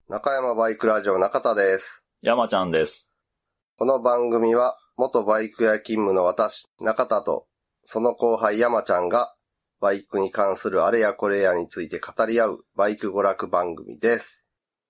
中山バイクラジオ中田です。 山ちゃんです。 この番組は元バイク屋勤務の私、中田とその後輩山ちゃんがバイクに関するあれやこれやについて語り合うバイク娯楽番組です。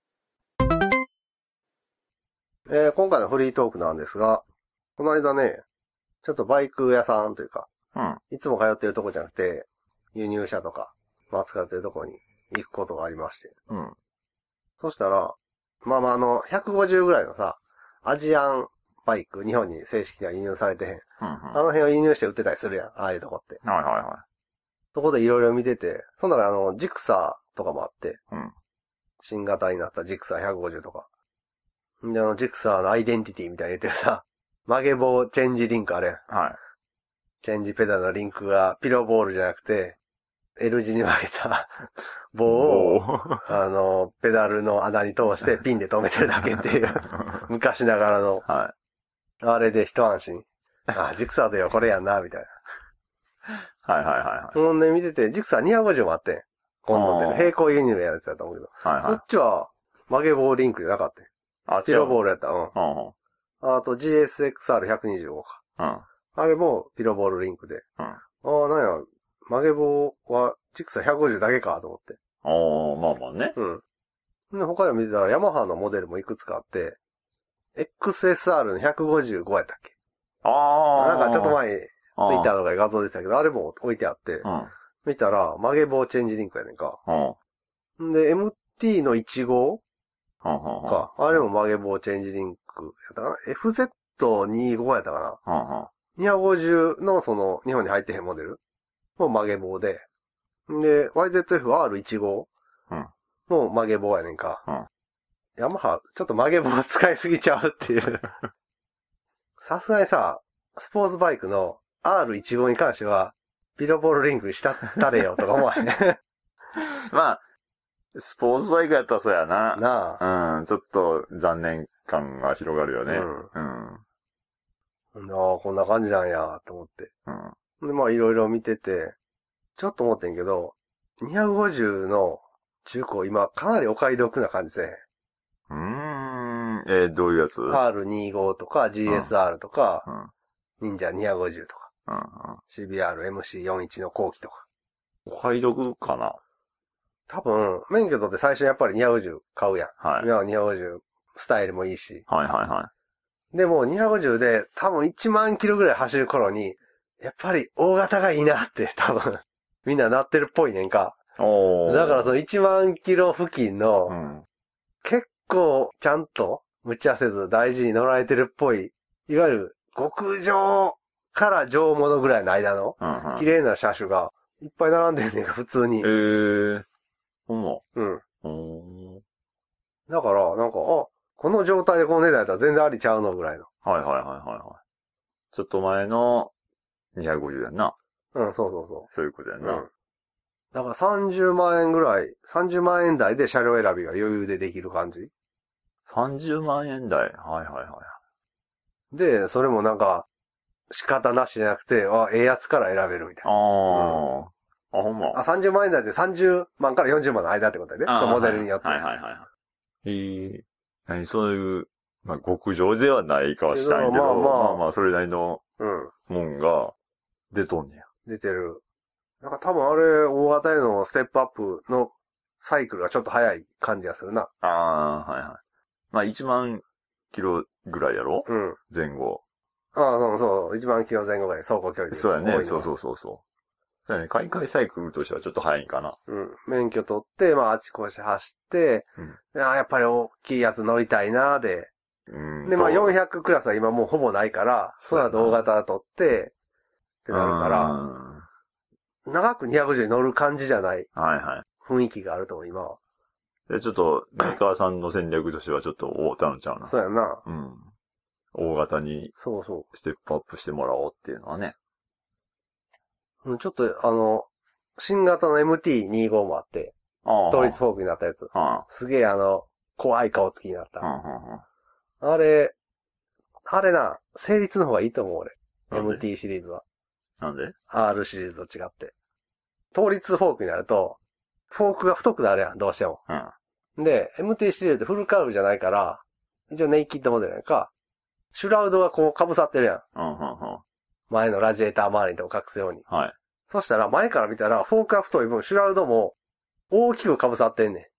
今回のフリートークなんですが、この間ね、ちょっとバイク屋さんというか、いつも通ってるとこじゃなくて、輸入車とか、扱ってるとこに行くことがありまして。そしたら、150ぐらいのさ、アジアンバイク、日本に正式には輸入されてへん。あの辺を輸入して売ってたりするやん、ああいうとこって。そこでいろいろ見てて、その中ジクサーとかもあって、新型になったジクサー150とか。で、ジクサーのアイデンティティみたいに言ってるさ、曲げ棒チェンジリンクあれ。チェンジペダルのリンクがピロボールじゃなくて、L 字に曲げた棒を、ペダルの穴に通してピンで止めてるだけっていう、昔ながらの、あれで一安心。ジクサーといえばこれやんな、みたいな。ほんで見てて、ジクサー250もあってん。今度で並行輸入のやつだと思うけど。そっちは曲げ棒リンクじゃなかったん。ピロボールやった。あと GSXR125 か。あれもピロボールリンクで。なんや、曲げ棒は、ジクサー150だけかと思って。 まあね。 で、他で見てたら、ヤマハのモデルもいくつかあって、XSR の155やったっけ？なんかちょっと前に、ツイッターとかで画像出てたけど、あれも置いてあって、見たら、曲げ棒チェンジリンクやねんか。で、MT の15か。あれも曲げ棒チェンジリンクやったかな？ FZ25 やったかな？ 250の日本に入ってへんモデルもう曲げ棒で。で、YZF-R15 もう曲げ棒やねんか。ヤマハ、ちょっと曲げ棒使いすぎちゃうっていう。さすがにさ、スポーツバイクの R15 に関しては、ピロボールリンクにしたったれよとか思わへん。 まあ、スポーツバイクやったらそうやな。ちょっと残念感が広がるよね。 こんな感じなんや、と思って。で、いろいろ見てて、ちょっと思ってんけど、250の中古今かなりお買い得な感じで。 どういうやつ？ R25 とか GSR とか、忍者250とか、CBR MC41 の後期とか。 お買い得かな？ 多分、免許取って最初にやっぱり250買うやん。今は250スタイルもいいし。でも250で多分1万キロぐらい走る頃に、やっぱり大型がいいなって多分、みんななってるっぽいねんか。だからその1万キロ付近の、結構ちゃんと無茶せず大事に乗られてるっぽい、いわゆる極上から上物ぐらいの間の、綺麗な車種がいっぱい並んでんねんか、普通に。だから、なんか、この状態でこの値段やったら全然ありちゃうのぐらいの。 ちょっと前の250やんな。 そう。 そういうことやんな。 だから30万円ぐらい、30万円台で車両選びが余裕でできる感じ？ 30万円台。 で、それもなんか、仕方なしじゃなくて、ええやつから選べるみたいな。 ほんま。 30万円台で30万から40万の間ってことだよね。モデルによって。 そういう、極上ではないかはしたいけど、それなりの、もんが、出とんねや。 出てる。なんか多分あれ、大型へのステップアップのサイクルがちょっと早い感じがするな。 1万キロぐらいやろ？前後。 そう。1万キロ前後ぐらい走行距離で。 そうやね。そう。買い替えサイクルとしてはちょっと早いんかな。 免許取って、あちこち走って、やっぱり大きいやつ乗りたいなーで。で、400クラスは今もうほぼないから、その後大型取って、ってなるから、長く250に乗る感じじゃない。雰囲気があると思う、今は。 で、ちょっと、メーカーさんの戦略としてはちょっと大田のちゃうな。 そうやな。 大型に、ステップアップしてもらおうっていうのはね。 ちょっと新型の MT25 もあって、統一フォークになったやつ。すげえ怖い顔つきになった。あれな、成立の方がいいと思う、俺。MT シリーズは。 なんで？ R シリーズと違って。統一フォークになると、フォークが太くなるやん、どうしても。 で、MT シリーズってフルカウルじゃないから、一応ネイキッドモデルやんか。シュラウドがこう被さってるやん。前のラジエーター周りにとか隠すように。 はい。 そしたら前から見たらフォークが太い分シュラウドも大きく被さってんねん。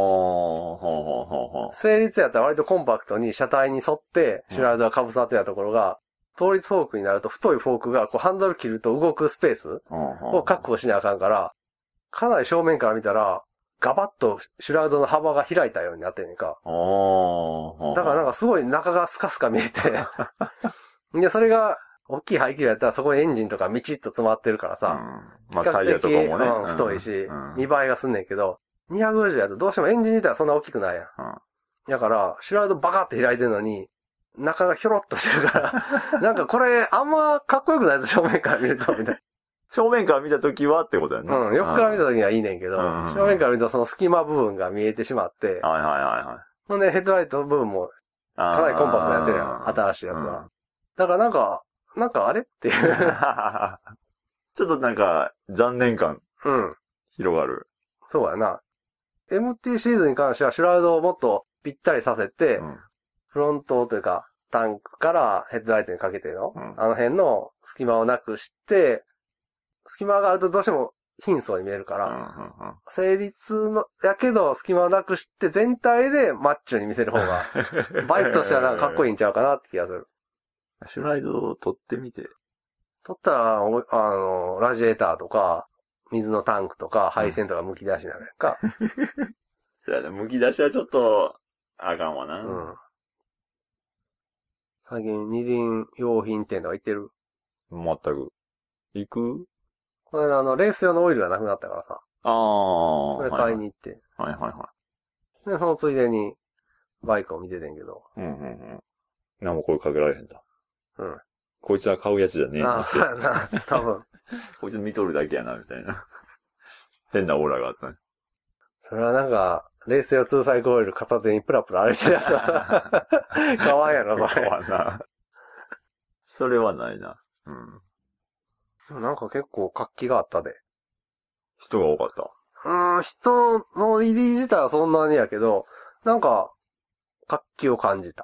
成立やったら割とコンパクトに車体に沿ってシュラウドが被さってたところが、倒立フォークになると太いフォークがこうハンドル切ると動くスペースを確保しなあかんから、かなり正面から見たら、ガバッとシュラウドの幅が開いたようになってんねんか。だからなんかすごい中がスカスカ見えて。で、それが大きい排気量やったらそこにエンジンとかみちっと詰まってるからさ。 まあタイヤとかもね。 太いし、見栄えがすんねんけど、250やとどうしてもエンジン自体はそんな大きくないやん。だから、シュラウドバカって開いてるのに、中がひょろっとしてるから、なんかこれあんまかっこよくないぞ、正面から見ると、みたいな。 正面から見たときはってことやね。 横から見たときにはいいねんけど、正面から見るとその隙間部分が見えてしまって、ほんでヘッドライトの部分もかなりコンパクトにやってるやん、新しいやつは。だからなんかあれっていう。 ちょっとなんか残念感。広がる。 そうやな。MT シリーズに関してはシュラウドをもっとぴったりさせて、フロントというか、タンクからヘッドライトにかけての、あの辺の隙間をなくして、隙間があるとどうしても貧相に見えるから、成立の、やけど隙間をなくして全体でマッチョに見せる方が、バイクとしてはなんかかっこいいんちゃうかなって気がする。 シュライドを取ってみて。 取ったら、ラジエーターとか、水のタンクとか、配線とか剥き出しになるやんか。 そうやね、剥き出しはちょっと、あかんわな。 最近二輪用品店とか行ってる？ 全く。行く？ この間レース用のオイルがなくなったからさ。それ買いに行って。で、そのついでに、バイクを見ててんけど。 何も声かけられへんだ。こいつは買うやつじゃねえな。 そうやな、多分。 こいつ見とるだけやな、みたいな。変なオーラがあったね。 それはなんか、レース用2サイクルオイル片手にプラプラ歩いてるやつは。かわいいやろ、それ。 かわんな。それはないな。 なんか結構活気があったで。 人が多かった。 人の入り自体はそんなにやけど、なんか、活気を感じた。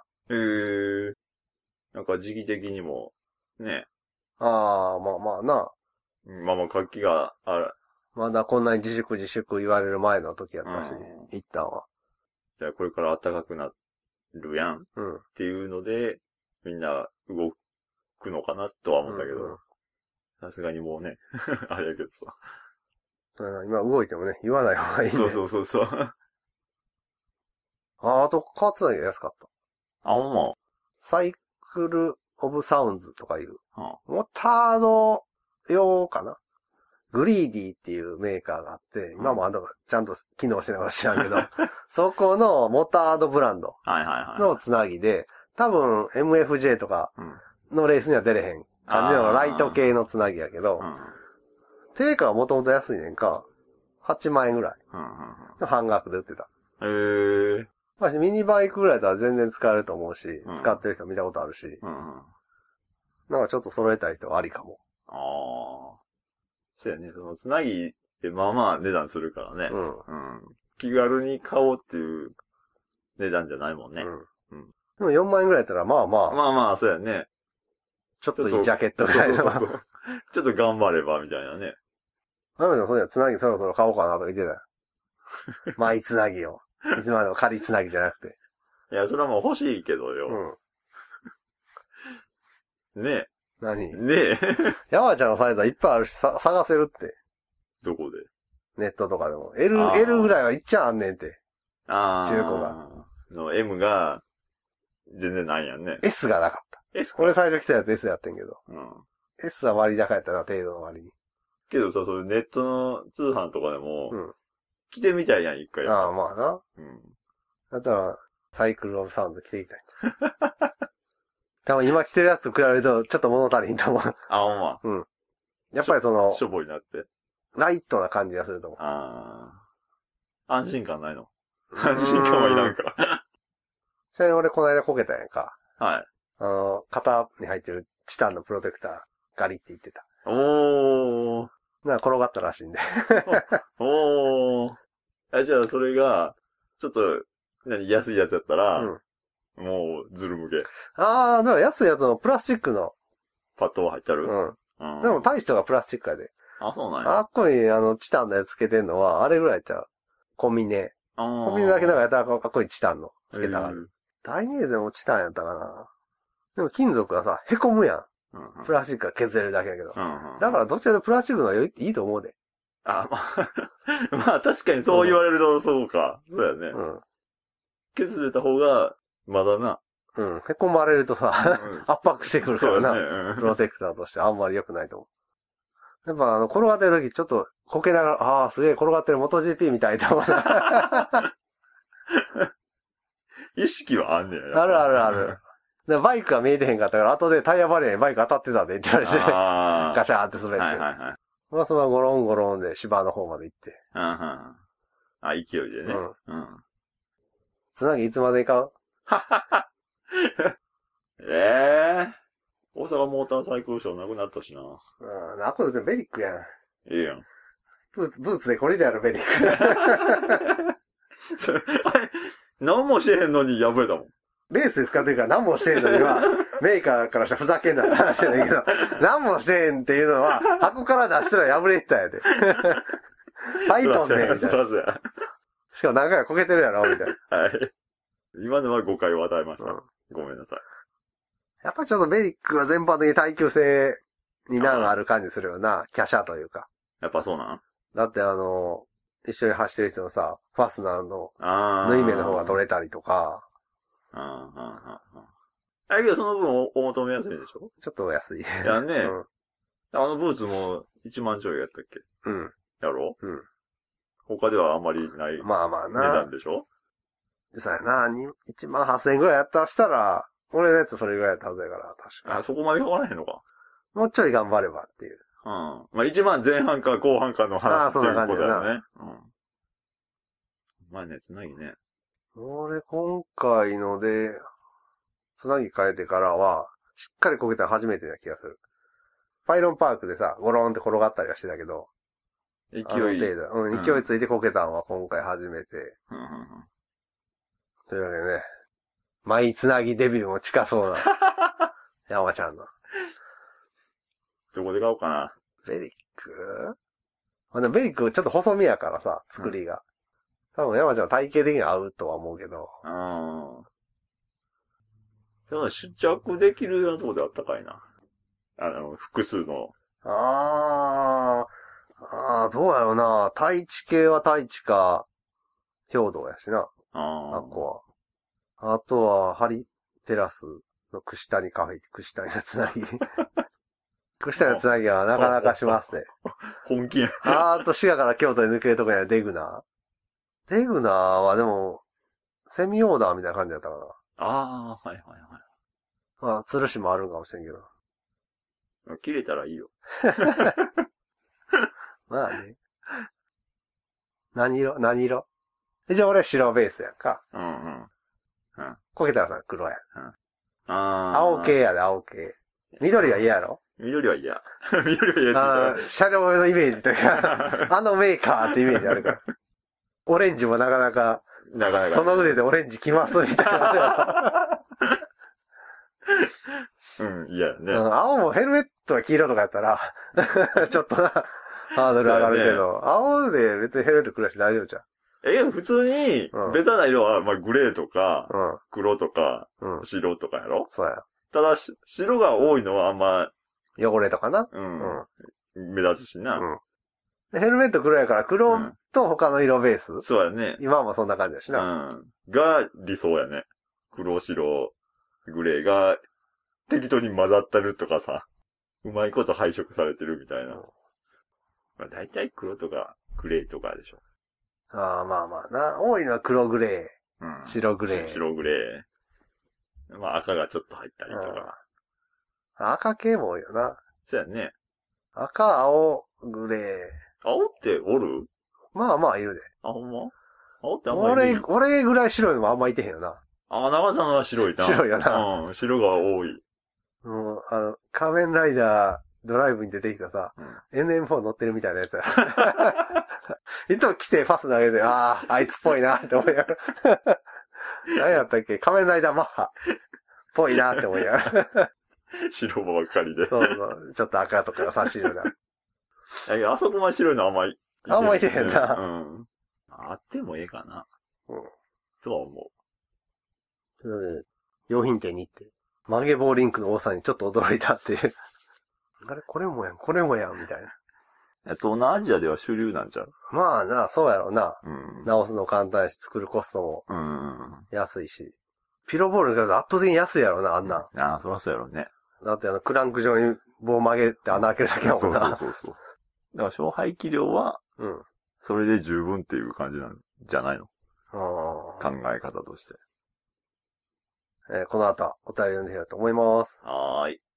なんか時期的にも、ね。 まあな。 まあ活気がある。 まだこんなに自粛言われる前の時やったし、一旦は。 じゃあこれから暖かくなるやん。っていうので、みんな動くのかなとは思ったけど。さすがにもうね、あれやけどさ。 今動いてもね、言わない方がいいね。 そう。 あと、カーツナギが安かった。 ほんま。 サイクルオブサウンズとかいう。モタード用かな。グリーディっていうメーカーがあって、今もちゃんと機能してるのか知らんけど、そこのモタードブランドのつなぎで、多分 MFJ とかのレースには出れへん感じのライト系のつなぎやけど、定価はもともと安いねんか、8万円ぐらい。半額で売ってた。ミニバイクぐらいだったら全然使えると思うし、使ってる人見たことあるし、なんかちょっと揃えたい人はありかも。 そうやね、そのつなぎってまあまあ値段するからね。気軽に買おうっていう値段じゃないもんね。 でも4万円ぐらいやったらまあまあ。 そうやね。 ちょっといいジャケットぐらいの。 そう。ちょっと頑張ればみたいなね。 なのでそうや、つなぎそろそろ買おうかなとか言ってたよ。マイつなぎを。いつまでも仮つなぎじゃなくて。 いや、それはもう欲しいけどよ。ねえ。 何？ ねえ。 山ちゃんのサイズはいっぱいあるし、探せるって。 どこで？ ネットとかでも。L ぐらいはいっちゃあんねんって。中古が。 の M が、全然ないやんね。 S がなかった。俺最初来たやつ S やってんけど。S は割高やったな、程度の割に。 けどさ、それネットの通販とかでも、着てみたいやん、一回。 まあな。だったら、サイクルオブサウンド着ていきたい。多分今着てるやつと比べると、ちょっと物足りんと思う。 ほんま。 やっぱりその、 しょぼになって。 ライトな感じがすると思う。 安心感ないの？安心感はいらんか。 ちなみに俺この間こけたやんか。 はい。 型に入ってるチタンのプロテクター、ガリって言ってた。 なんか転がったらしいんで。 じゃあそれが、 ちょっと、安いやつやったら、もう、ずる向け。 だから安いやつのプラスチックの。 パッドは入ってある？ でも大したがプラスチックやで。 あ、そうなんや。 あっこに、チタンのやつつけてんのは、あれぐらいちゃう。コンビネ。コンビネだけなんかやったらかっこいいチタンのつけたがる。ダイニーでもチタンやったかな。でも金属がさ、凹むやん。プラスチックが削れるだけやけど。だからどっちかというとプラスチックの方がいいと思うで。 まあ確かにそう言われるとそうか。そうやね。削れた方が、まだな。 凹まれるとさ、圧迫してくるからな。プロテクターとしてあんまり良くないと思う。やっぱ転がってる時ちょっとこけながら、すげえ転がってる元 GP みたいと思うな。 意識はあんねや。 あるあるある。でバイクが見えてへんかったから、後でタイヤバリアにバイク当たってたでって言われて、ガシャーって滑って。まあそのままゴロンゴロンで芝の方まで行って。 勢いでね。 つなぎいつまで買う？ 大阪モーターサイクルショーなくなったしな。 なくてベリックやん。 ええやん。 ブーツでこれでやるベリック。 あれ、何もしてへんのに破れたもん。 レースで使ってるから何もしてへんのには、メーカーからしたらふざけんなって話じゃないけど、何もしてへんっていうのは、箱から出したら破れてたんやで。ファイトンねみたいな。しかも何回かこけてるやろみたいな。 はい。今のは誤解を与えました。ごめんなさい。 やっぱちょっとベリックは全般的に耐久性に難ある感じするよな。華奢というか。 やっぱそうなん？ だって一緒に走ってる人のさ、ファスナーの縫い目の方が取れたりとか。 けどその分お求めやすいでしょ？ ちょっと安い。 やんね。ブーツも1万ちょいやったっけ？やろ？他ではあんまりない。 まあまあな。 値段でしょ？ そうやな。1万8000円ぐらいやったらしたら、俺のやつそれぐらいやったはずやから、確かに。 そこまで変わらへんのか。 もうちょい頑張ればっていう。 まあ1万前半か後半かの話っていうことだよね。まあね、つなぎね。 俺今回ので、つなぎ変えてからは、しっかりこけたの初めてな気がする。パイロンパークでさ、ゴローンって転がったりはしてたけど、勢いついてこけたのは今回初めて。というわけでね、マイつなぎデビューも近そうな、山ちゃんの。 どこで買おうかな。 ベリック？でもベリックちょっと細身やからさ、作りが。多分山ちゃんは体型的には合うとは思うけど。 でも試着できるようなとこであったかいな。複数の。 どうやろうな。太一系は太一か、兵道やしな。あっこは。あとは、ハリテラスの串谷カフェ、串谷のつなぎ。串谷のつなぎはなかなかしますね。 本気や。 あと、滋賀から京都に抜けるとこにあるデグナー。デグナーはでも、セミオーダーみたいな感じだったかな。 はいはいはい。 まあ、吊るしもあるんかもしれんけど。 切れたらいいよ。 まあね。何色じゃあ俺は白ベースやんか。こけたらさ、黒やん。青系やで、青系。緑は嫌やろ？ 緑は嫌。緑は嫌車両のイメージというか、メーカーってイメージあるから。オレンジもなかなか、その腕でオレンジ着ますみたいな。 嫌やね。 青もヘルメットは黄色とかやったら、ちょっとな、ハードル上がるけど、青で別にヘルメットくらいして大丈夫じゃん。 普通に、ベタな色は、まあ、グレーとか、黒とか、白とかやろ？ そうや。 ただ、白が多いのはあんま、 汚れとかな。 目立つしな。 ヘルメット黒やから黒と他の色ベース。 そうやね。 今もそんな感じだしな。 が理想やね。黒、白、グレーが適当に混ざってるとかさ、うまいこと配色されてるみたいな。まあ大体黒とかグレーとかでしょ。 まあまあな。多いのは黒グレー。白グレー。 白グレー。まあ赤がちょっと入ったりとか。 赤系も多いよな。 そうやね。 赤、青、グレー。 青っておる？ まあまあいるで。 ほんま？青ってあんまり俺ぐらい白いのもあんまいてへんよな。 長さんは白いな。 白いよな。 白が多い。 仮面ライダードライブに出てきたさ、NM4 乗ってるみたいなやつや。 いつも来てパス投げて、あいつっぽいなって思いながら。何やったっけ仮面ライダーマッハ。ぽいなって思いながら。 白ばっかりで。 そうそう。ちょっと赤とか差し色な。 いや、あそこまで白いのあんまり。 あんまいてへんな。 うん。あってもええかな。 うん。 とは思う。 それで、用品店に行って、曲げ棒リンクの多さにちょっと驚いたっていう。あれ、これもやん、みたいな。 東南アジアでは主流なんちゃう？ まあな、そうやろうな。 うん。 直すの簡単やし、作るコストもうん。 安いし。ピロボールに比べて圧倒的に安いやろうな、あんなん。 ああ、そらそうやろうね。 だってクランク状に棒曲げて穴開けるだけやもんな。 そう。だから勝敗器量は、 うん。 それで十分っていう感じなんじゃないの？考考え方として。 この後、お便り読んでみようと思います。 はーい。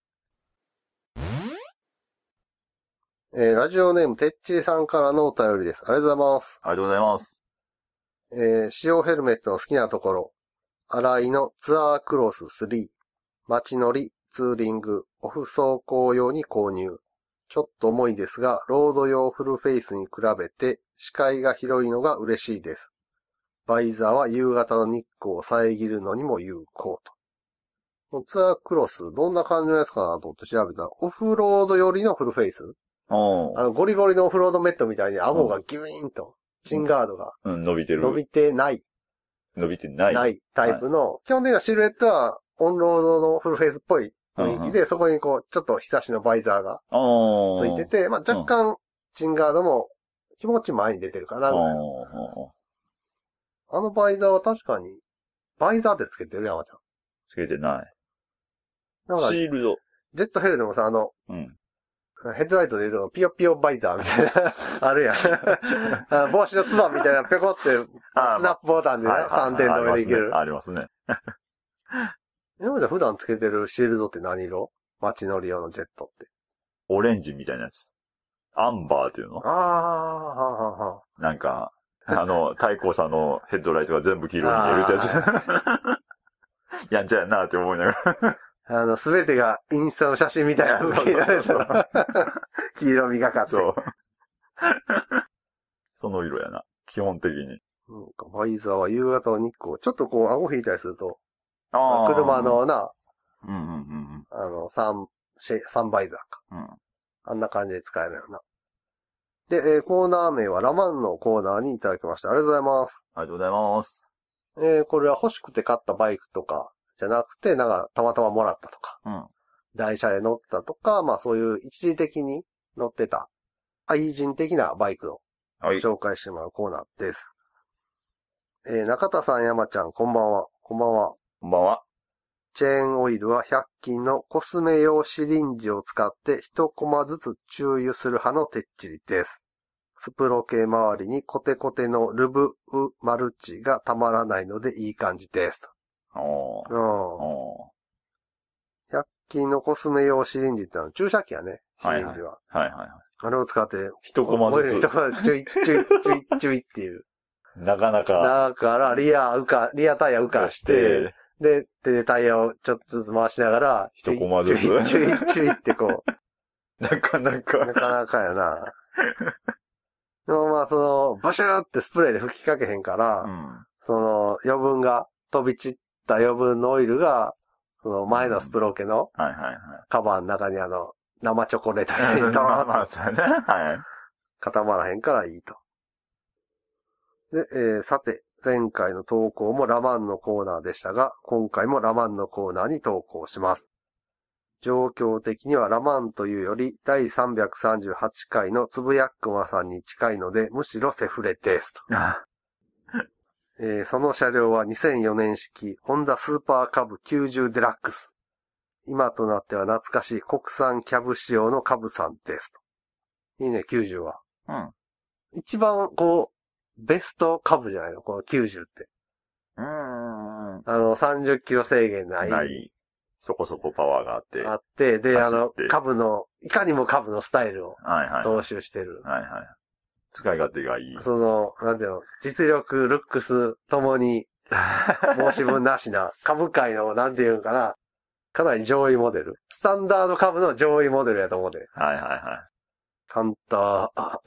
ラジオネームてっちりさんからのお便りです。ありがとうございます。 ありがとうございます。 使用ヘルメットの好きなところ。荒井のツアークロス3。街乗り、ツーリング、オフ走行用に購入。ちょっと重いですが、ロード用フルフェイスに比べて視界が広いのが嬉しいです。バイザーは夕方の日光を遮るのにも有効と。ツアークロス、どんな感じのやつかなと思って調べたら、オフロード寄りのフルフェイス？ゴリゴリのオフロードメットみたいに顎がギュイーンと、チンガードが、 伸びてる。 伸びてない。ないタイプの、基本的なシルエットは、オンロードのフルフェイスっぽい雰囲気で、そこにこう、ちょっと日差しのバイザーがついてて、まあ若干、チンガードも気持ち前に出てるかなぐらい。あのバイザーは確かに、バイザーってつけてる山ちゃん。 つけてない。 なんか、 シールド。 ジェットヘルでもさ、 うん。 ヘッドライトで言うと、ピヨピヨバイザーみたいな、あるやん。帽子のつばみたいな、ぴょこって、スナップボタンでね、3点止めできる。 ありますね。 山ちゃん普段つけてるシールドって何色？街乗り用のジェットって。 オレンジみたいなやつ。アンバーっていうの？なんか、対向車のヘッドライトが全部黄色に見えるってやつ。やんちゃやなって思いながら。すべてがインスタの写真みたいな風になる黄色みがかって。そう。 その色やな。基本的に。 バイザーは夕方の日光。ちょっとこう、顎引いたりすると、車のな、3バイザーか。あんな感じで使えるよな。で、コーナー名はラマンのコーナーにいただきました。ありがとうございます。 ありがとうございます。 これは欲しくて買ったバイクとか、じゃなくて、なんか、たまたまもらったとか、台車で乗ったとか、まあそういう一時的に乗ってた、愛人的なバイクを紹介してもらうコーナーです。中田さん、山ちゃん、こんばんは。 こんばんは。 チェーンオイルは100均のコスメ用シリンジを使って1コマずつ注油する派のてっちりです。スプロ系周りにコテコテのルブウマルチがたまらないのでいい感じです。100均のコスメ用シリンジってのは注射器やね、シリンジは。あれを使って、 1コマずつ。 1コマずつ、チュイっていう。 なかなか。 だから、リアタイヤ浮かして、で、手でタイヤをちょっとずつ回しながら、 1コマずつ。 チュイってこう。なかなかやな。でもまあバシューってスプレーで吹きかけへんから、余分が飛び散った余分のオイルが、前のスプローケの、カバーの中に生チョコレートにドローッと固まらへんからいいと。で、さて、前回の投稿もラマンのコーナーでしたが、今回もラマンのコーナーに投稿します。状況的にはラマンというより第338回のつぶやっくまさんに近いので、むしろセフレですと。その車両は2004年式ホンダスーパーカブ90デラックス。今となっては懐かしい国産キャブ仕様のカブさんですと。いいね、90は。一番ベストカブじゃないのこの90って。30キロ制限ない。 そこそこパワーがあって。 で、カブの、いかにもカブのスタイルを踏襲してる。 使い勝手がいい。 なんていうの、実力、ルックスともに、申し分なしな、カブ界の、なんていうんかな、かなり上位モデル。スタンダードカブの上位モデルやと思うで。 ハンター、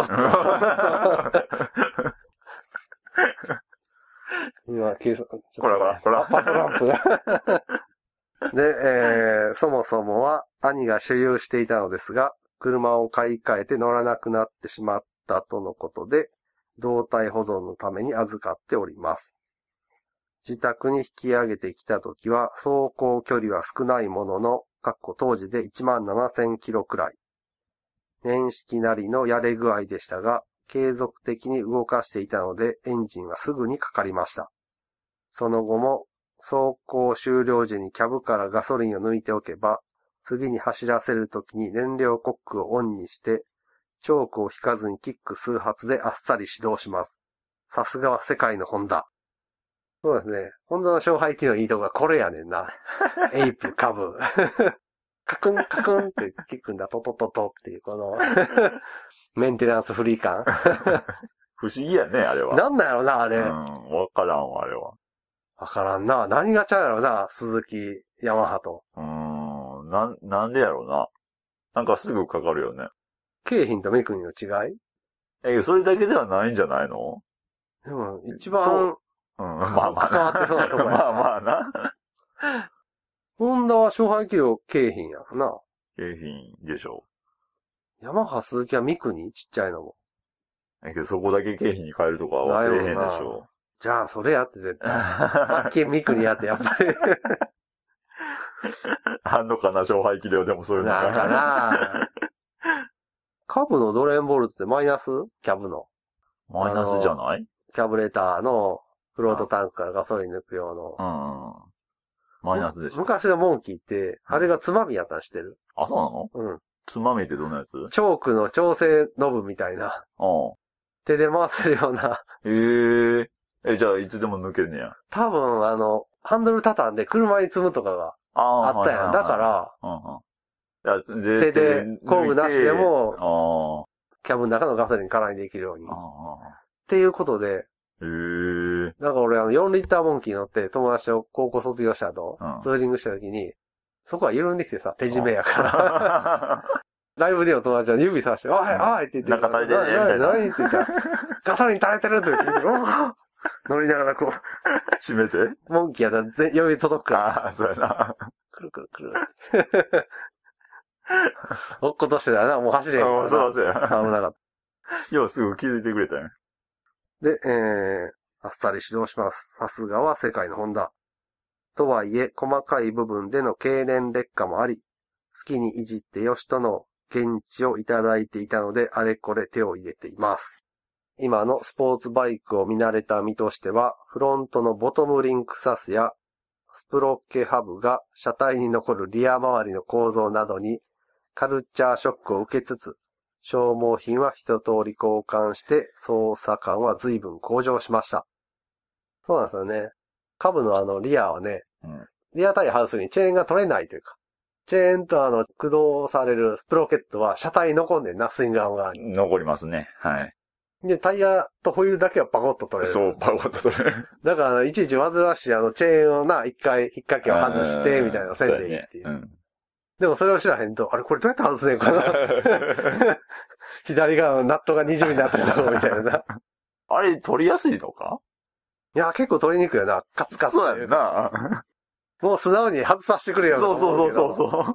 今、計算、 こら。 パトランプが。で、そもそもは兄が所有していたのですが、車を買い替えて乗らなくなってしまったとのことで、動体保存のために預かっております。自宅に引き上げてきたときは、走行距離は少ないものの、当時で17,000キロくらい。年式なりのやれ具合でしたが、継続的に動かしていたので、エンジンはすぐにかかりました。その後も、走行終了時にキャブからガソリンを抜いておけば、次に走らせるときに燃料コックをオンにして、チョークを引かずにキック数発であっさり始動します。さすがは世界のホンダ。そうですね。ホンダの勝敗機能いいとこがこれやねんな。エイプ、カブ。カクンカクンってキックんだ、トトトトっていうこの、メンテナンスフリー感。 不思議やね、あれは。 なんなんやろな、あれ。 わからんわ、あれは。 わからんな。何がちゃうやろな、鈴木、ヤマハと。 なんでやろうな。なんかすぐかかるよね。 京浜と三国の違い？ それだけではないんじゃないの？ でも、一番、 まあまあ。 関わってそうなとこや。 まあまあな。 ホンダは勝敗機能京浜やろな。 京浜でしょヤマハ、鈴木は三国ちっちゃいのも。 けどそこだけ京浜に変えるとかは忘れへんでしょ。 じゃあ、それやって絶対。マッケン三国やって、やっぱり。 あんのかな、勝敗機能でもそういうのが。 なんかなカブのドレーンボルトってマイナス？キャブの。 マイナスじゃない？ キャブレターのフロートタンクからガソリン抜く用の。 マイナスでしょ。 昔のモンキーって、あれがつまみやったんしてる？ あ、そうなの？つまみってどんなやつ？ チョークの調整ノブみたいな。手で回せるような。 じゃあいつでも抜けんねや。 多分ハンドル畳んで車に積むとかがあったやん。だから、手で工具なしでも、キャブの中のガソリン空にできるように。っていうことで、だから俺4リッターモンキー乗って友達と高校卒業した後、ツーリングした時に、そこは緩んできてさ、手締めやから。ライブでの友達は指さして、おいおいって言って、 なんか足りてね何って言ったら、ガソリン足りてるって言って、乗りながらこう、 閉めてモンキーやったら余裕届くから。 ああ、そうやな。 くるくるくる。落っことしてたらな、もう走れへんからな。 そうや。 危なかった。 ようすぐ気づいてくれたよ。 で、あっさり始動します。さすがは世界のホンダ。とはいえ、細かい部分での経年劣化もあり、好きにいじってよしとの現地をいただいていたので、あれこれ手を入れています。今のスポーツバイクを見慣れた身としては、フロントのボトムリンクサスや、スプロッケハブが車体に残るリア周りの構造などに、カルチャーショックを受けつつ、消耗品は一通り交換して、操作感は随分向上しました。そうなんですよね。カブのリアはね、リアタイヤ外すにチェーンが取れないというか、チェーンと駆動されるスプロケットは車体に残んねんな、スイングアーム側に。 残りますね。はい。 で、タイヤとホイールだけはパコッと取れる。 そう、パコッと取れる。 だからいちいち煩わしいチェーンを一回引っ掛けを外して、みたいなのせんでいいっていう。でもそれを知らへんと、あれこれどうやって外すねんかな左側のナットが20になってるとこみたいな。 あれ取りやすいのか？ いや、結構取りにくいよな。カツカツ。 そうやな。 もう素直に外させてくれよ。 そう。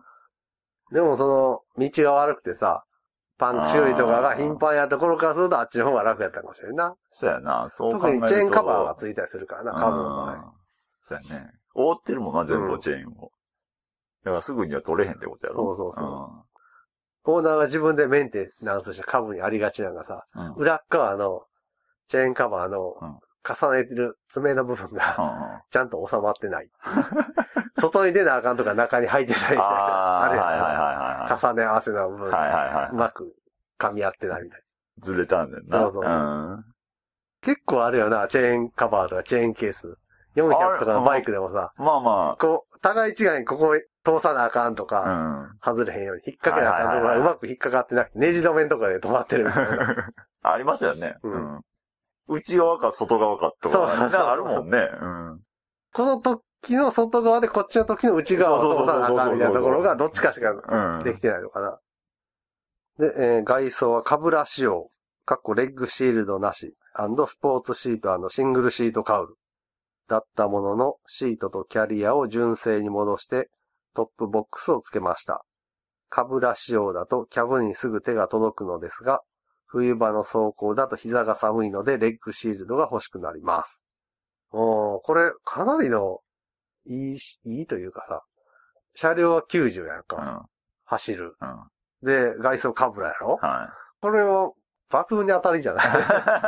でも道が悪くてさ、パンク修理とかが頻繁やところからするとあっちの方が楽やったかもしれんな。 そうやな。そう考えると。 特にチェーンカバーがついたりするからな、カブの場合。 そうやね。覆ってるもんな、全部チェーンを。だからすぐには取れへんってことやろ。 そう。オーナーが自分でメンテナンスしたカブにありがちなのがさ、裏っ側のチェーンカバーの重ねてる爪の部分がちゃんと収まってない。外に出なあかんとか中に入ってないみたいな。あるやん。重ね合わせの部分がうまく噛み合ってないみたいな。ずれたんだよな。 そう。結構あるよな、チェーンカバーとかチェーンケース。400とかのバイクでもさ、互い違いにここ通さなあかんとか、外れへんように引っ掛けなあかんとか、うまく引っ掛かってなくて、ネジ止めんとかで止まってるみたいな。 ありますよね。内側か外側かとか。あるもんね。 この時の外側でこっちの時の内側を通さなあかんみたいなところがどっちかしかできてないのかな。 で、外装はカブラ仕様、レッグシールドなし、スポーツシート&シングルシートカウル。だったものの、シートとキャリアを純正に戻して、トップボックスをつけました。カブラ仕様だとキャブにすぐ手が届くのですが、冬場の走行だと膝が寒いのでレッグシールドが欲しくなります。これ、かなりの、いいというかさ、車両は90やんか。 うん、 走る。 うん。 で、外装カブラやろ。 はい。 これは、抜群に当たりじゃない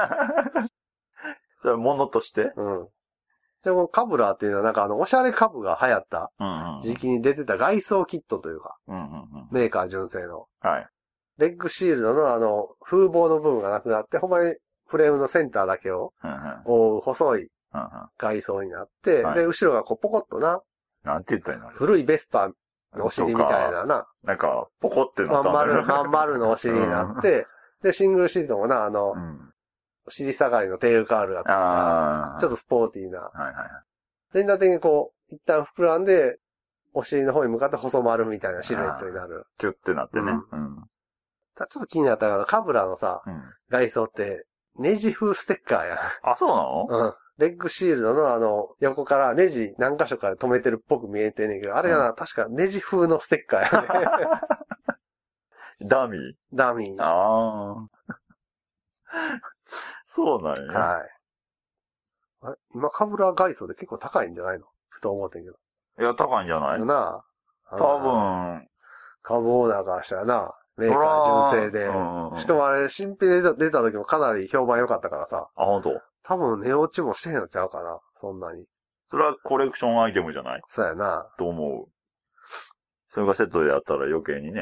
それは物としてうん。でもカブラっていうのはおしゃれカブが流行った時期に出てた外装キットというか、メーカー純正の。 はい。 レッグシールドの風防の部分がなくなって、ほんまにフレームのセンターだけを覆う細い外装になって、で、後ろがポコッとな。 なんて言ったらいいの古いベスパのお尻みたいなな。 なんか、ポコってなったんだよね。 まん丸のお尻になって、で、シングルシートもな、尻下がりのテールカールがついた、ちょっとスポーティーな。全体的に一旦膨らんで、お尻の方に向かって細丸みたいなシルエットになる。 キュッてなってね。 ちょっと気になったのが、カブラのさ、外装って、ネジ風ステッカーや。 あ、そうなの？ レッグシールドの横からネジ何箇所かで止めてるっぽく見えてんねんけど、あれが確かネジ風のステッカーやね。 ダミー？ ダミー。 ああ。そうなんや。 はい。あれ今カブラ外装で結構高いんじゃないの？ふと思ってんけど。 いや、高いんじゃない？ なあ。多分。 株オーナーからしたらな、メーカー純正で。しかもあれ、新品で出た時もかなり評判良かったからさ。 あ、本当？ 多分値落ちもしてへんのちゃうかな、そんなに。 それはコレクションアイテムじゃない？ そうやな。 と思う。それがセットであったら余計にね。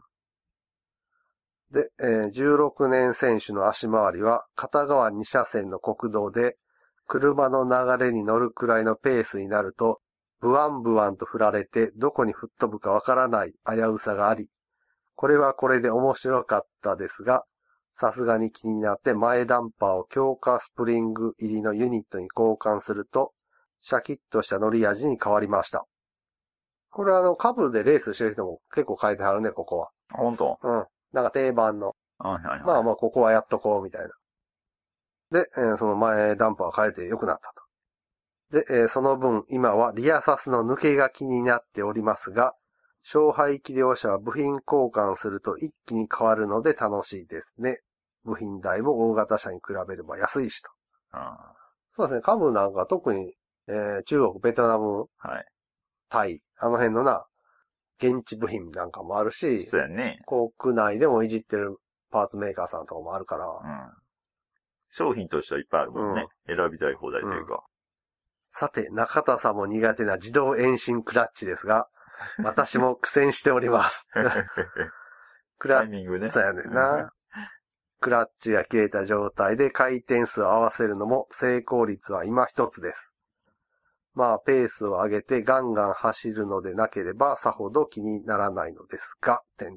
で、16年選手の足回りは、片側2車線の国道で、車の流れに乗るくらいのペースになると、ブワンブワンと振られて、どこに吹っ飛ぶかわからない危うさがあり、これはこれで面白かったですが、さすがに気になって前ダンパーを強化スプリング入りのユニットに交換すると、シャキッとした乗り味に変わりました。これはカブでレースしてる人も結構書いてあるね、ここは。 本当？ なんか定番の。まあまあ、ここはやっとこう、みたいな。で、その前ダンパーを変えて良くなったと。で、その分、今はリアサスの抜けが気になっておりますが、勝敗気量車は部品交換すると一気に変わるので楽しいですね。部品代も大型車に比べれば安いしと。そうですね、カブなんか特に、中国、ベトナム、タイ、あの辺のな、現地部品なんかもあるし、 そうやね。 国内でもいじってるパーツメーカーさんとかもあるから。 商品としてはいっぱいあるもんね。選びたい放題というか。 さて、中田さんも苦手な自動遠心クラッチですが、私も苦戦しております。 タイミングね。 そうやねんな。クラッチが切れた状態で回転数を合わせるのも成功率は今一つです。まあ、ペースを上げてガンガン走るのでなければさほど気にならないのですが、と。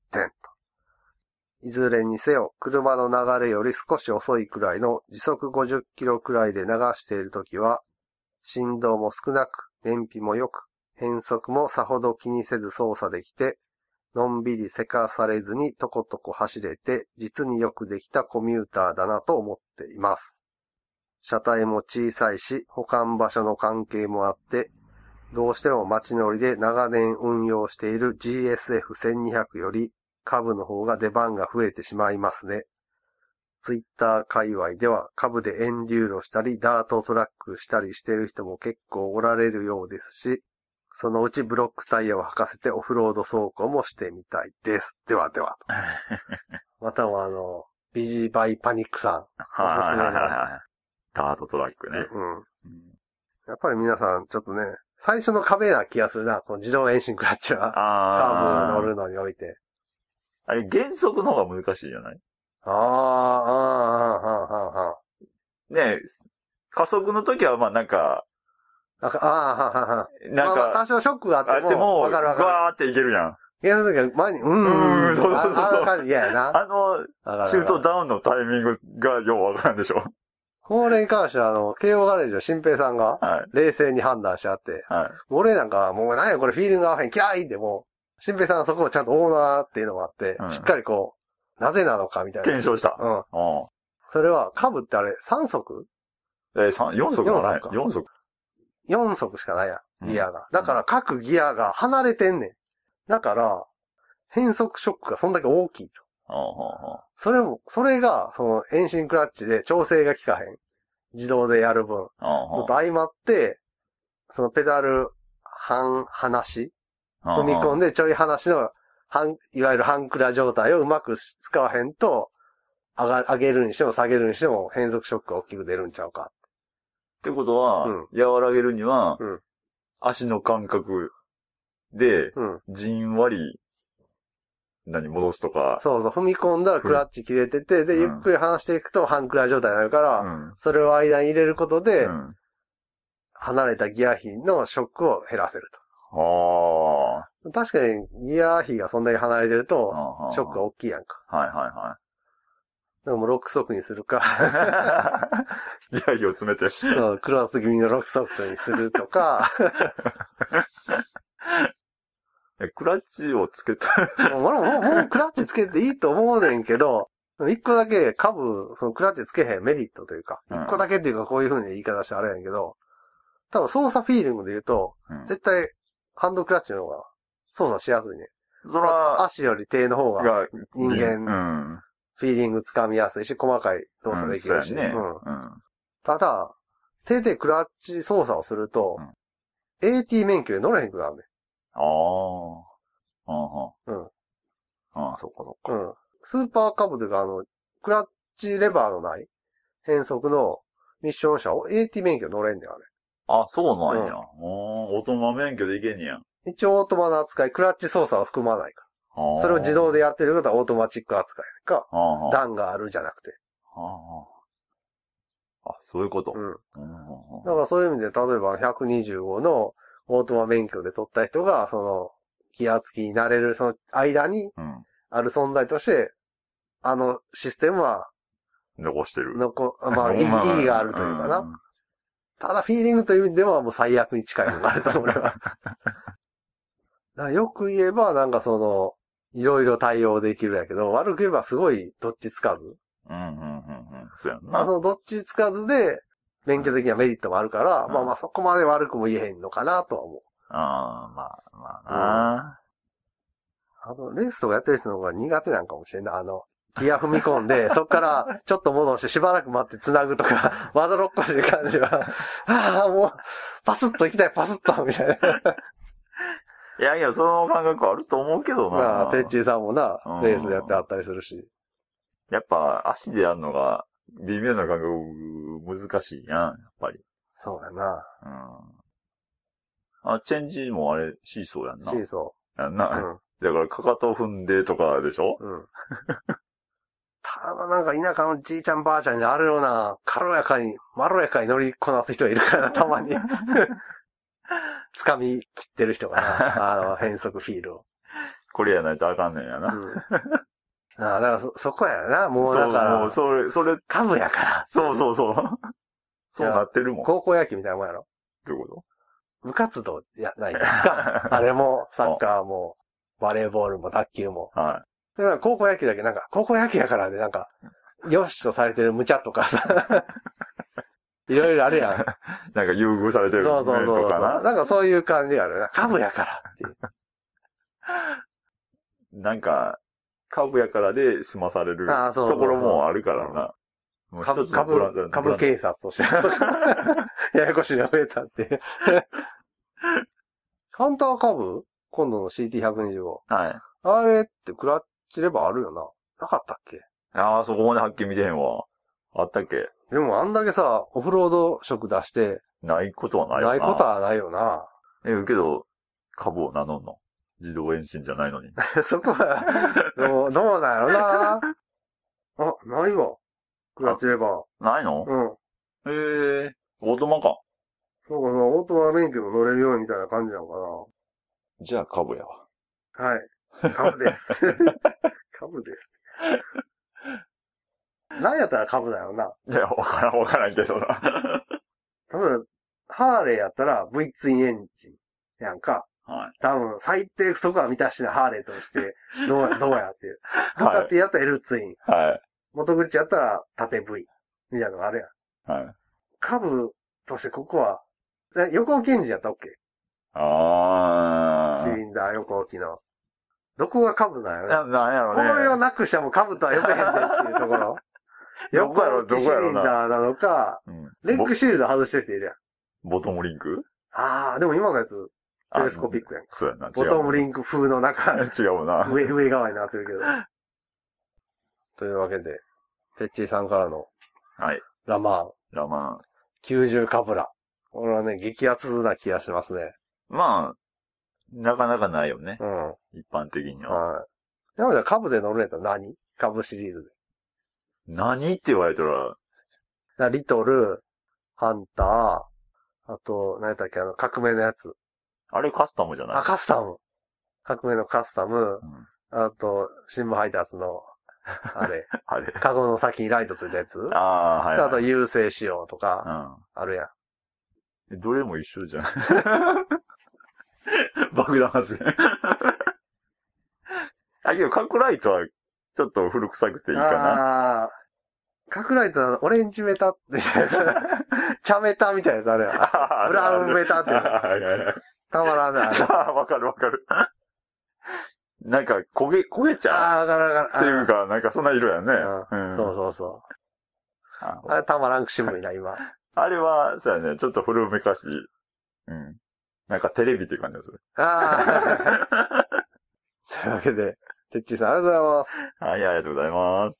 いずれにせよ、車の流れより少し遅いくらいの時速50キロくらいで流しているときは、振動も少なく、燃費も良く、変速もさほど気にせず操作できて、のんびりせかされずにとことこ走れて、実によくできたコミューターだなと思っています。車体も小さいし、保管場所の関係もあって、どうしても街乗りで長年運用している GSF1200 より、株の方が出番が増えてしまいますね。ツイッター界隈では株でエンデューロしたりダートトラックしたりしてる人も結構おられるようですし、そのうちブロックタイヤを履かせてオフロード走行もしてみたいです。ではでは。またはビジーバイパニックさん。 ダートトラックね。 やっぱり皆さんちょっとね、最初の壁な気がするな、この自動遠心クラッチは。カーブ乗るのにおいて。 あれ、減速の方が難しいじゃない？ねえ、加速の時はまあなんか、 なんか多少ショックがあっても、わかる。 ガーっていけるやん。 減速の時は前に、そう。あの感じ嫌やな。 シュートダウンのタイミングがようわからんでしょ。 これに関しては慶応ガレージの新平さんが、冷静に判断し合って、俺なんかもう何やこれフィーリング合わへん、嫌いってもう、新平さんはそこをちゃんとオーナーっていうのがあって、しっかりこなぜなのかみたいな。 検証した。 うん。それは、株ってあれ、3足 4足もない。4足。 4足しかないやん、ギアが。だから各ギアが離れてんねん。だから、変速ショックがそんだけ大きいと。それが、その、遠心クラッチで調整が効かへん。自動でやる分。と相まって、そのペダル、離し踏み込んでちょい離しの、いわゆる半クラ状態をうまく使わへんと、上げるにしても下げるにしても変速ショックが大きく出るんちゃうか。 ってことは、和らげるには、足の感覚で、じんわり、戻すとか。 そうそう、踏み込んだらクラッチ切れてて、で、ゆっくり離していくと半クラ状態になるから、それを間に入れることで、離れたギア比のショックを減らせると。確かにギア比がそんだけ離れてると、ショックが大きいやんか。でも6速にするか。 ギア比を詰めて。 そう、クロス気味の6速にするとか。 クラッチをつけたもうクラッチつけていいと思うねんけど、一個だけそのクラッチつけへんメリットというか、一個だけっていうかこういう風に言い方してあれやんけど、多分操作フィーリングで言うと、絶対ハンドクラッチの方が操作しやすいね。 そら、 足より手の方が人間、フィーリングつかみやすいし、細かい動作できるし。ただ、手でクラッチ操作をすると、AT 免許で乗れへんくなるね。 そっかそっか。 スーパーカブというかクラッチレバーのない変速のミッション車を AT 免許乗れんねん、あれ。 そうなんや。オートマ免許でいけんねや。 一応オートマの扱い、クラッチ操作は含まないから。それを自動でやってることはオートマチック扱いか、段があるじゃなくて。 そういうこと。 だからそういう意味で、例えば125のオートマ免許で取った人が、その、ギア付きになれる、その間に、ある存在として、システムは、 残してる。 意義があるというかな。ただフィーリングという意味ではもう最悪に近いのがあると思う、俺は。よく言えば、いろいろ対応できるやけど、悪く言えばすごいどっちつかず。 そうやんな。 そのどっちつかずで、免許的にはメリットもあるから、そこまで悪くも言えへんのかなとは思う。レースとかやってる人の方が苦手なんかもしれんない。ギア踏み込んで、そっからちょっと戻してしばらく待って繋ぐとか、まどろっこしい感じは、もう、パスッと行きたい、パスッと、みたいな。 いや、その感覚あると思うけどな。 てっちーさんもな、レースでやってあったりするし。 やっぱ、足でやるのが、微妙な感覚、難しいやん、やっぱり。 そうやな。 チェンジもあれ、シーソーやんな。 シーソー。やんな。だから、かかと踏んでとかでしょ？ ただなんか田舎のじいちゃんばあちゃんにあるような、まろやかに乗りこなす人がいるからな、たまに。掴み切ってる人がな、変速フィールを。 これやないとあかんねんやな。 だからそこやな、もうだから。 もうそれ、 株やから。 そう。そうなってるもん。 高校野球みたいなもんやろ。 どういうこ部活動やないですか。あれも、サッカーも、バレーボールも卓球も。だから高校野球だけ高校野球やからね、よしとされてる無茶とかさ。いろいろあるやん。 なんか優遇されてるそうとかな。 なんかそういう感じがあるな。株やからっていう。 なんか、株やからで済まされるところもあるからな。 株警察として。ややこしいのが増えたって。ハンター株今度の CT125。あれってクラッチレバーあるよな。なかったっけ？ そこまではっきり見てへんわ。あったっけ？ でもあんだけさ、オフロード色出して。 ないことはないよな。 ないことはないよな。 けど、株を名乗んの。自動遠心じゃないのに。 そこは、どうなんやろな。ないわ。クラッチレバー。 ないの？オートマか。 そうかな、オートマ免許も乗れるようにみたいな感じなのかな。じゃあ株やわ。 はい。株です。株です。何やったら株だよな。 いや、わからんけどな。 例えば、ハーレーやったら V ツインエンジンやんか。 はい。 多分、最低そこは満たしなハーレーとして、どうやっていう。ドカティやったら L ツイン。 はい。 元口やったら縦 V。みたいなのがあるやん。はい。 株としてここは、横置きエンジンやったら OK。 あシリンダー横置きの。どこが株なんやろね。 なんやろね。 これをなくしても株とは呼べへんでっていうところ。横置きシリンダーなのか、レッグシールド外してる人いるやん。 ボトムリンク？ でも今のやつ、テレスコピックやん。 そうやな。 ボトムリンク風の中、 違うな。 上側になってるけど。というわけで、テッチーさんからの、 はい。 ラマン。 90カブラ。これはね、激アツな気がしますね。 まあ、なかなかないよね。 うん。 一般的には。 はい。でもじゃあ株で乗るんやったら何？株シリーズで。 何って言われたら。 リトル、ハンター、あと、何やったっけ、革命のやつ。 あれカスタムじゃない？ カスタム。革命のカスタム。あと、新聞配達の、あれ。カゴの先にライトついたやつ。 はい。 あと、優勢仕様とか、あるやん。 どれも一緒じゃん。爆弾発言。けど、核ライトは、ちょっと古臭くていいかな。 核ライトはオレンジメタみたいな。茶メタみたいなやつあるやん。ブラウンメタって。たまらんね。 わかる。なんか、焦げちゃう。 わかる。 っていうか、なんかそんな色やね。 そう。あれたまらんく渋いな、今。 あれは、そうやね、ちょっと古めかしい。なんかテレビっていう感じがする。 というわけで、てっちーさんありがとうございます。 はい、ありがとうございます。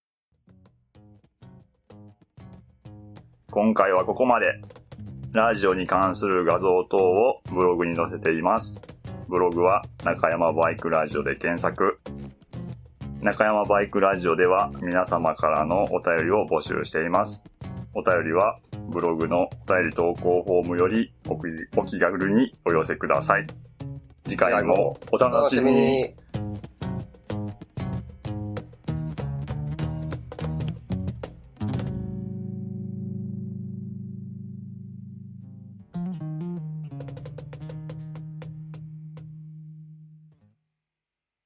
今回はここまで。ラジオに関する画像等をブログに載せています。ブログは中山バイクラジオで検索。中山バイクラジオでは皆様からのお便りを募集しています。お便りはブログのお便り投稿フォームよりお気軽にお寄せください。次回もお楽しみに。